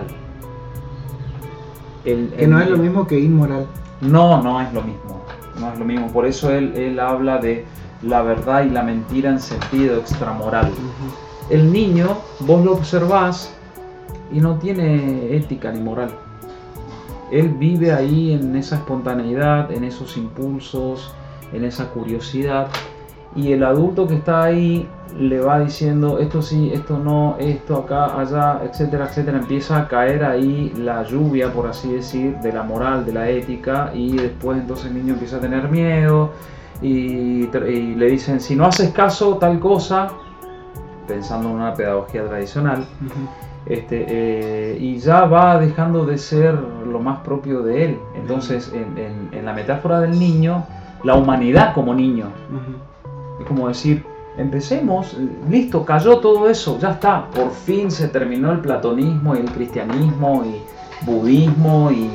Que no es lo mismo que inmoral. No es lo mismo. Por eso él habla de la verdad y la mentira en sentido extramoral. El niño, vos lo observás y no tiene ética ni moral. Él vive ahí en esa espontaneidad, en esos impulsos, en esa curiosidad. Y el adulto que está ahí le va diciendo esto sí, esto no, esto acá, allá, etcétera, etcétera. Empieza a caer ahí la lluvia, por así decir, de la moral, de la ética, y después entonces el niño empieza a tener miedo y le dicen, si no haces caso tal cosa, pensando en una pedagogía tradicional, y ya va dejando de ser lo más propio de él. Entonces, en la metáfora del niño, la humanidad como niño, es como decir, empecemos, listo, cayó todo eso, ya está, por fin se terminó el platonismo y el cristianismo y budismo, y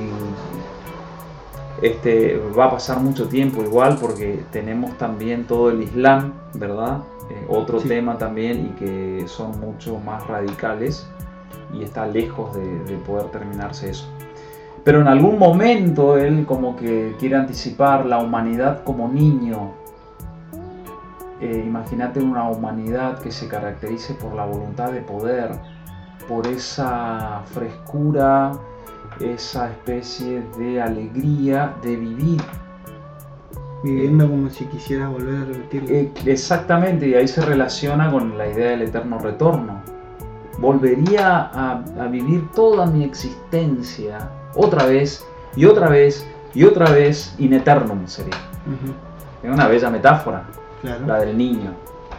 va a pasar mucho tiempo igual porque tenemos también todo el Islam, ¿verdad? Otro tema también, y que son mucho más radicales y está lejos de poder terminarse eso. Pero en algún momento él como que quiere anticipar la humanidad como niño. Imagínate una humanidad que se caracterice por la voluntad de poder, por esa frescura, esa especie de alegría de vivir. Viviendo como si quisieras volver a repetirlo. Exactamente, y ahí se relaciona con la idea del eterno retorno. Volvería a vivir toda mi existencia otra vez y otra vez y otra vez, in eternum sería. Es una bella metáfora, claro. La del niño.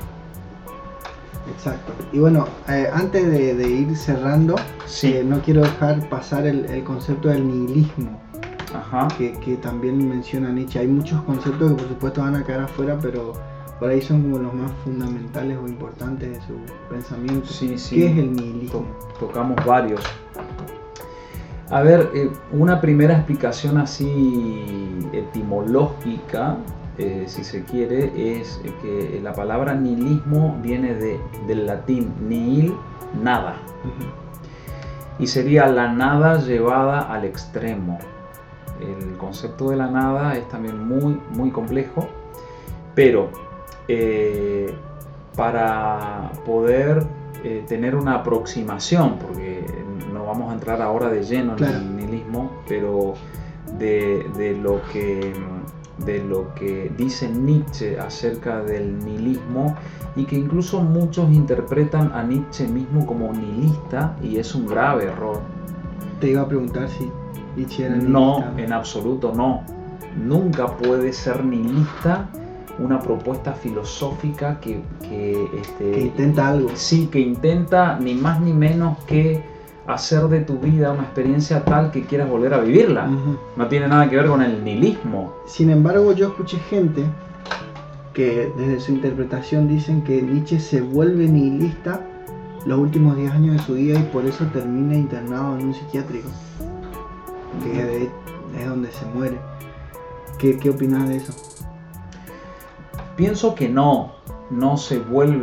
Exacto. Y bueno, antes de ir cerrando, sí. No quiero dejar pasar el concepto del nihilismo. Ajá. Que también menciona Nietzsche. Hay muchos conceptos que por supuesto van a quedar afuera, pero por ahí son como los más fundamentales o importantes de su pensamiento. Sí. ¿Qué es el nihilismo? Tocamos varios. A ver, una primera explicación así etimológica, si se quiere, es que la palabra nihilismo viene del latín nihil, nada. Y sería la nada llevada al extremo. El concepto de la nada es también muy, muy complejo, pero para poder tener una aproximación, porque no vamos a entrar ahora de lleno en el nihilismo, pero de lo que dice Nietzsche acerca del nihilismo, y que incluso muchos interpretan a Nietzsche mismo como nihilista, y es un grave error. Te iba a preguntar si Nietzsche era No, nihilista. en absoluto no. Nunca puede ser nihilista una propuesta filosófica que intenta algo. Sí, que intenta ni más ni menos que hacer de tu vida una experiencia tal que quieras volver a vivirla. Ujú. No tiene nada que ver con el nihilismo. Sin embargo, yo escuché gente que desde su interpretación dicen que Nietzsche se vuelve nihilista los últimos 10 años de su vida y por eso termina internado en un psiquiátrico, que es donde se muere. ¿Qué opinas de eso? Pienso que nunca se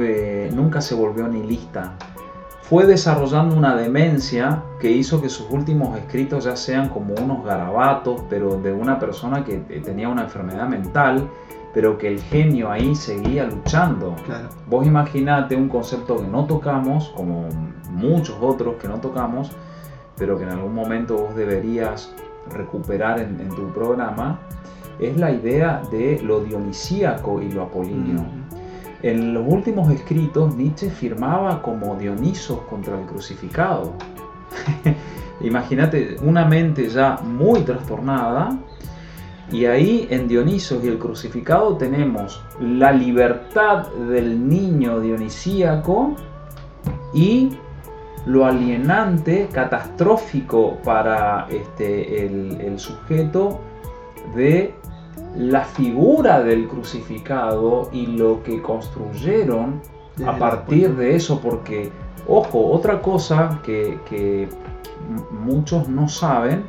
volvió nihilista. Fue desarrollando una demencia que hizo que sus últimos escritos ya sean como unos garabatos, pero de una persona que tenía una enfermedad mental, pero que el genio ahí seguía luchando. Claro. Vos imaginate un concepto que no tocamos, como muchos otros que no tocamos, pero que en algún momento vos deberías recuperar en tu programa, es la idea de lo dionisíaco y lo apolíneo. En los últimos escritos, Nietzsche firmaba como Dionisos contra el crucificado. Imagínate una mente ya muy trastornada, y ahí en Dionisos y el crucificado tenemos la libertad del niño dionisíaco y lo alienante, catastrófico para el sujeto de la figura del crucificado y lo que construyeron a partir de eso, porque, ojo, otra cosa que muchos no saben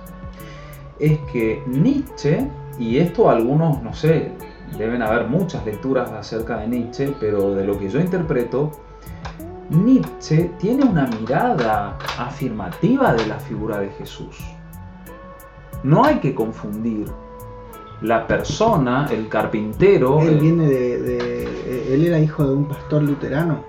es que Nietzsche, y esto algunos, no sé, deben haber muchas lecturas acerca de Nietzsche, pero de lo que yo interpreto, Nietzsche tiene una mirada afirmativa de la figura de Jesús. No hay que confundir la persona, el carpintero. Él viene él era hijo de un pastor luterano.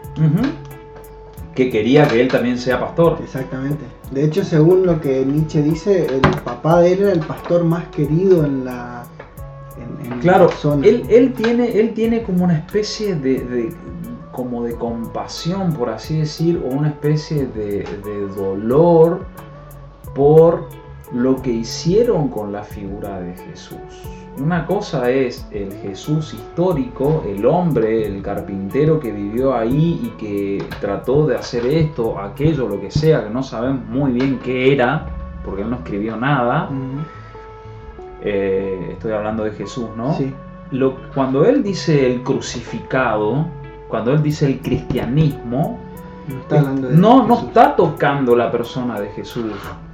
Que quería que él también sea pastor. Exactamente. De hecho, según lo que Nietzsche dice, el papá de él era el pastor más querido en la Claro, zona. Él tiene como una especie de compasión, por así decir, o una especie de dolor por lo que hicieron con la figura de Jesús. Una cosa es el Jesús histórico, el hombre, el carpintero que vivió ahí y que trató de hacer esto, aquello, lo que sea, que no sabemos muy bien qué era, porque él no escribió nada. Estoy hablando de Jesús, ¿no? Sí. Cuando él dice el crucificado, cuando él dice el cristianismo, no está tocando la persona de Jesús.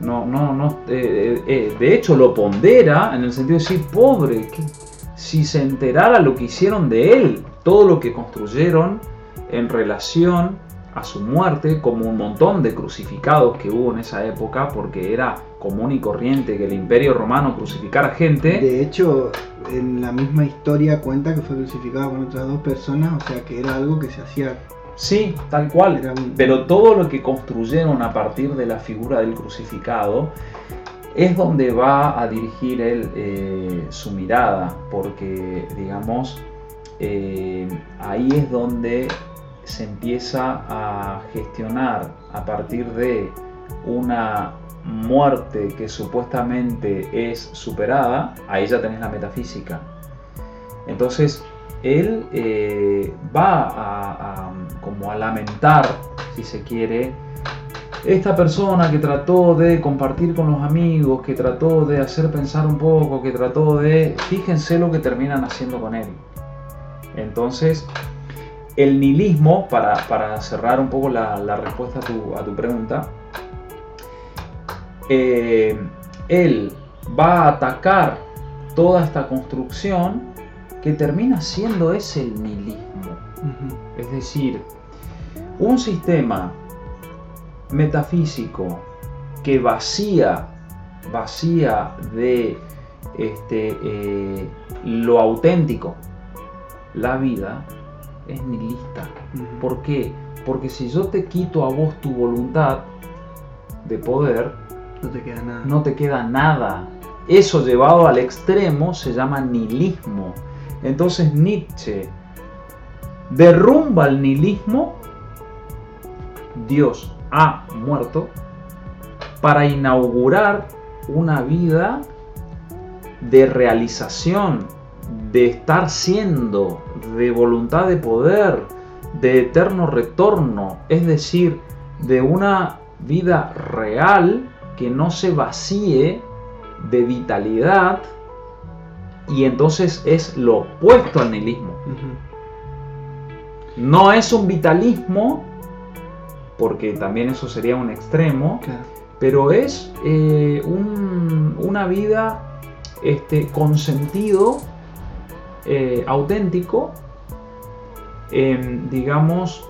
De hecho lo pondera en el sentido de decir, pobre, si se enterara lo que hicieron de él, todo lo que construyeron en relación a su muerte, como un montón de crucificados que hubo en esa época, porque era común y corriente que el Imperio Romano crucificara gente. De hecho, en la misma historia cuenta que fue crucificado con otras 2 personas, o sea que era algo que se hacía. Sí, tal cual, pero todo lo que construyeron a partir de la figura del crucificado es donde va a dirigir él su mirada, porque digamos, ahí es donde se empieza a gestionar a partir de una muerte que supuestamente es superada. Ahí ya tenés la metafísica. Entonces él va como a lamentar, si se quiere, esta persona que trató de compartir con los amigos, que trató de hacer pensar un poco, que trató de... Fíjense lo que terminan haciendo con él. Entonces, el nihilismo, para cerrar un poco la respuesta a tu pregunta, él va a atacar toda esta construcción que termina siendo ese el nihilismo. Es decir, un sistema metafísico que vacía de lo auténtico la vida, es nihilista. ¿Por qué? Porque si yo te quito a vos tu voluntad de poder, no te queda nada. Eso llevado al extremo se llama nihilismo. Entonces Nietzsche derrumba el nihilismo, Dios ha muerto, para inaugurar una vida de realización, de estar siendo, de voluntad de poder, de eterno retorno, es decir, de una vida real que no se vacíe de vitalidad, y entonces es lo opuesto al nihilismo. No es un vitalismo, porque también eso sería un extremo, claro, pero es una vida con sentido auténtico, digamos,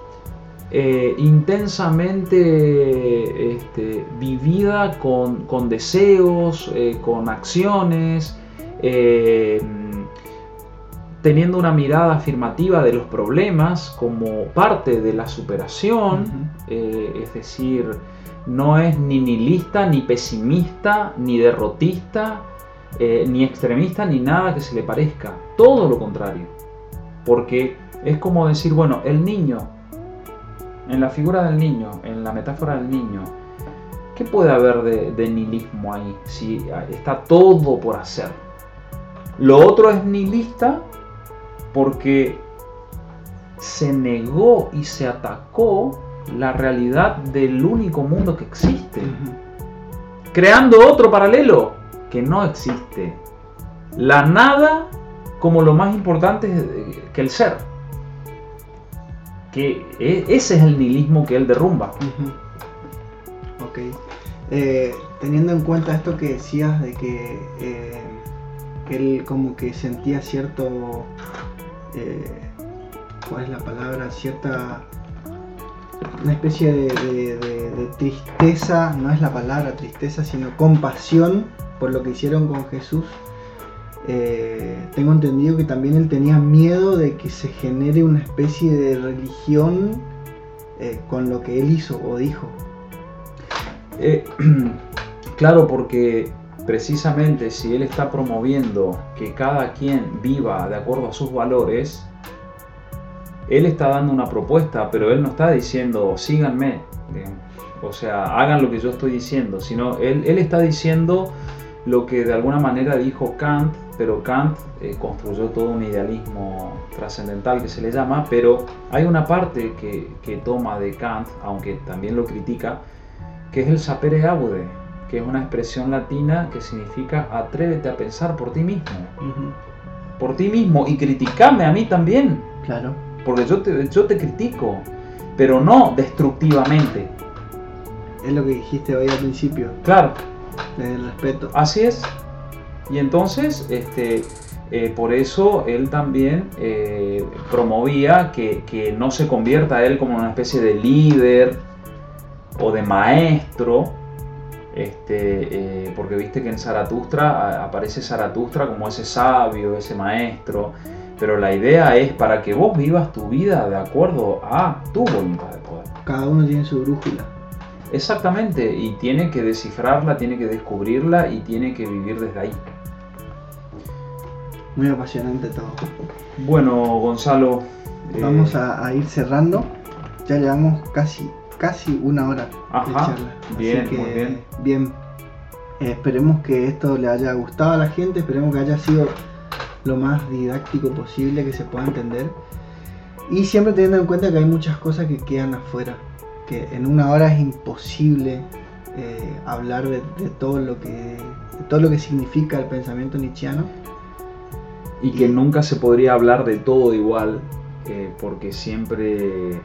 intensamente vivida con deseos, con acciones, teniendo una mirada afirmativa de los problemas como parte de la superación. Es decir, no es ni nihilista, ni pesimista, ni derrotista, ni extremista, ni nada que se le parezca. Todo lo contrario. Porque es como decir, bueno, el niño, en la figura del niño, en la metáfora del niño, ¿qué puede haber de nihilismo ahí si está todo por hacer? Lo otro es nihilista porque se negó y se atacó la realidad del único mundo que existe, creando otro paralelo que no existe. La nada como lo más importante que el ser. Que ese es el nihilismo que él derrumba. Ok. Teniendo en cuenta esto que decías de que él como que sentía cierto... ¿cuál es la palabra? Una especie de tristeza, no es la palabra tristeza, sino compasión por lo que hicieron con Jesús. Tengo entendido que también él tenía miedo de que se genere una especie de religión con lo que él hizo o dijo. Claro, porque precisamente si él está promoviendo que cada quien viva de acuerdo a sus valores, él está dando una propuesta, pero él no está diciendo síganme, o sea, hagan lo que yo estoy diciendo, sino él está diciendo lo que de alguna manera dijo Kant, pero Kant construyó todo un idealismo trascendental que se le llama, pero hay una parte que toma de Kant, aunque también lo critica, que es el sapere aude, que es una expresión latina que significa atrévete a pensar por ti mismo. Por ti mismo, y criticame a mí también. Claro. Porque yo te critico, pero no destructivamente. Es lo que dijiste hoy al principio. Claro. Del respeto. Así es. Y entonces, por eso él también promovía que no se convierta él como una especie de líder o de maestro, porque viste que en Zaratustra aparece Zaratustra como ese sabio, ese maestro, pero la idea es para que vos vivas tu vida de acuerdo a tu voluntad de poder. Cada uno tiene su brújula. Exactamente, y tiene que descifrarla, tiene que descubrirla y tiene que vivir desde ahí. Muy apasionante todo. Bueno, Gonzalo, vamos a ir cerrando. Ya llevamos casi una hora de charla. Bien, así que, muy bien. Esperemos que esto le haya gustado a la gente, esperemos que haya sido lo más didáctico posible, que se pueda entender. Y siempre teniendo en cuenta que hay muchas cosas que quedan afuera, que en una hora es imposible hablar de todo lo que significa el pensamiento nietzscheano. Y que nunca se podría hablar de todo igual, porque siempre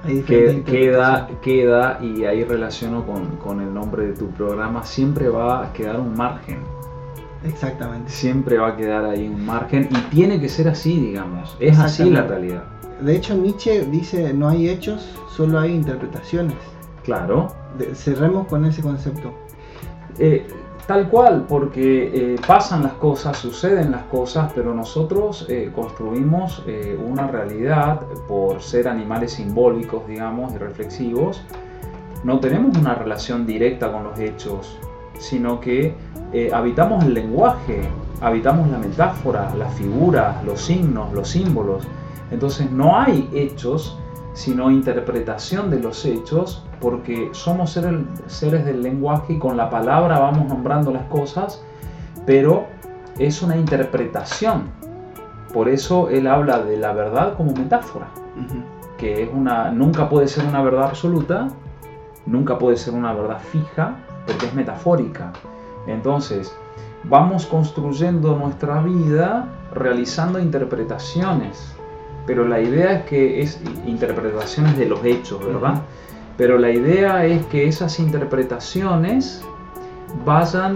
queda, y ahí relaciono con el nombre de tu programa, siempre va a quedar un margen. Exactamente. Siempre va a quedar ahí un margen, y tiene que ser así, digamos. Es así la realidad. De hecho, Nietzsche dice, no hay hechos, solo hay interpretaciones. Claro. Cerremos con ese concepto. Tal cual, porque pasan las cosas, suceden las cosas, pero nosotros construimos una realidad por ser animales simbólicos, digamos, y reflexivos. No tenemos una relación directa con los hechos, sino que habitamos el lenguaje, habitamos la metáfora, las figuras, los signos, los símbolos. Entonces no hay hechos, sino interpretación de los hechos, porque somos seres del lenguaje y con la palabra vamos nombrando las cosas, pero es una interpretación. Por eso él habla de la verdad como metáfora, que nunca puede ser una verdad absoluta, nunca puede ser una verdad fija, porque es metafórica. Entonces, vamos construyendo nuestra vida realizando interpretaciones, pero la idea es que es interpretaciones de los hechos, ¿verdad? Pero la idea es que esas interpretaciones vayan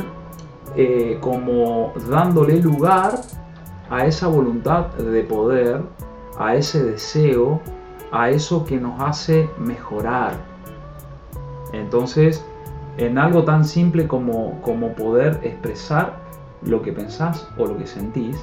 como dándole lugar a esa voluntad de poder, a ese deseo, a eso que nos hace mejorar. Entonces, en algo tan simple como poder expresar lo que pensás o lo que sentís,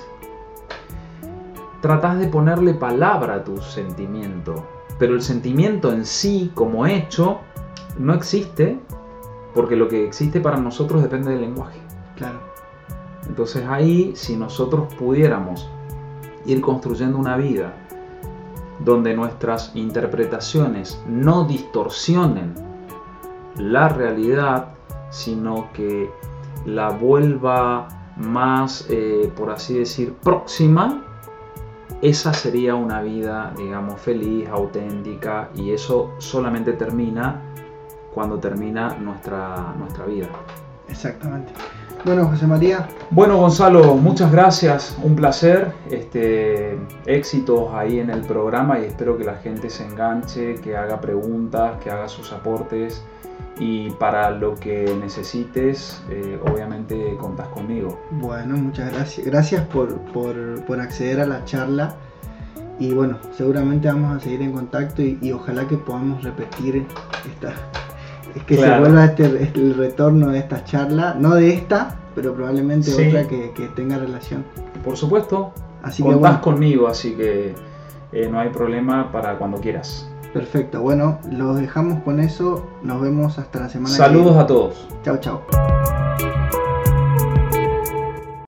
tratás de ponerle palabra a tu sentimiento, pero el sentimiento en sí, como hecho, no existe, porque lo que existe para nosotros depende del lenguaje. Claro. Entonces ahí, si nosotros pudiéramos ir construyendo una vida donde nuestras interpretaciones no distorsionen la realidad, sino que la vuelva más, por así decir, próxima, esa sería una vida, digamos, feliz, auténtica, y eso solamente termina cuando termina nuestra vida. Exactamente. Bueno, José María. Bueno, Gonzalo, muchas gracias, un placer, éxitos ahí en el programa y espero que la gente se enganche, que haga preguntas, que haga sus aportes, y para lo que necesites, obviamente contás conmigo. Bueno, muchas gracias. Gracias por acceder a la charla, y bueno, seguramente vamos a seguir en contacto y ojalá que podamos repetir que claro, se vuelva el retorno de esta charla, no de esta, pero probablemente sí, otra que tenga relación. Por supuesto, así contás conmigo, así que no hay problema para cuando quieras. Perfecto, bueno, los dejamos con eso, nos vemos hasta la semana. Saludos a todos. Chao, chao.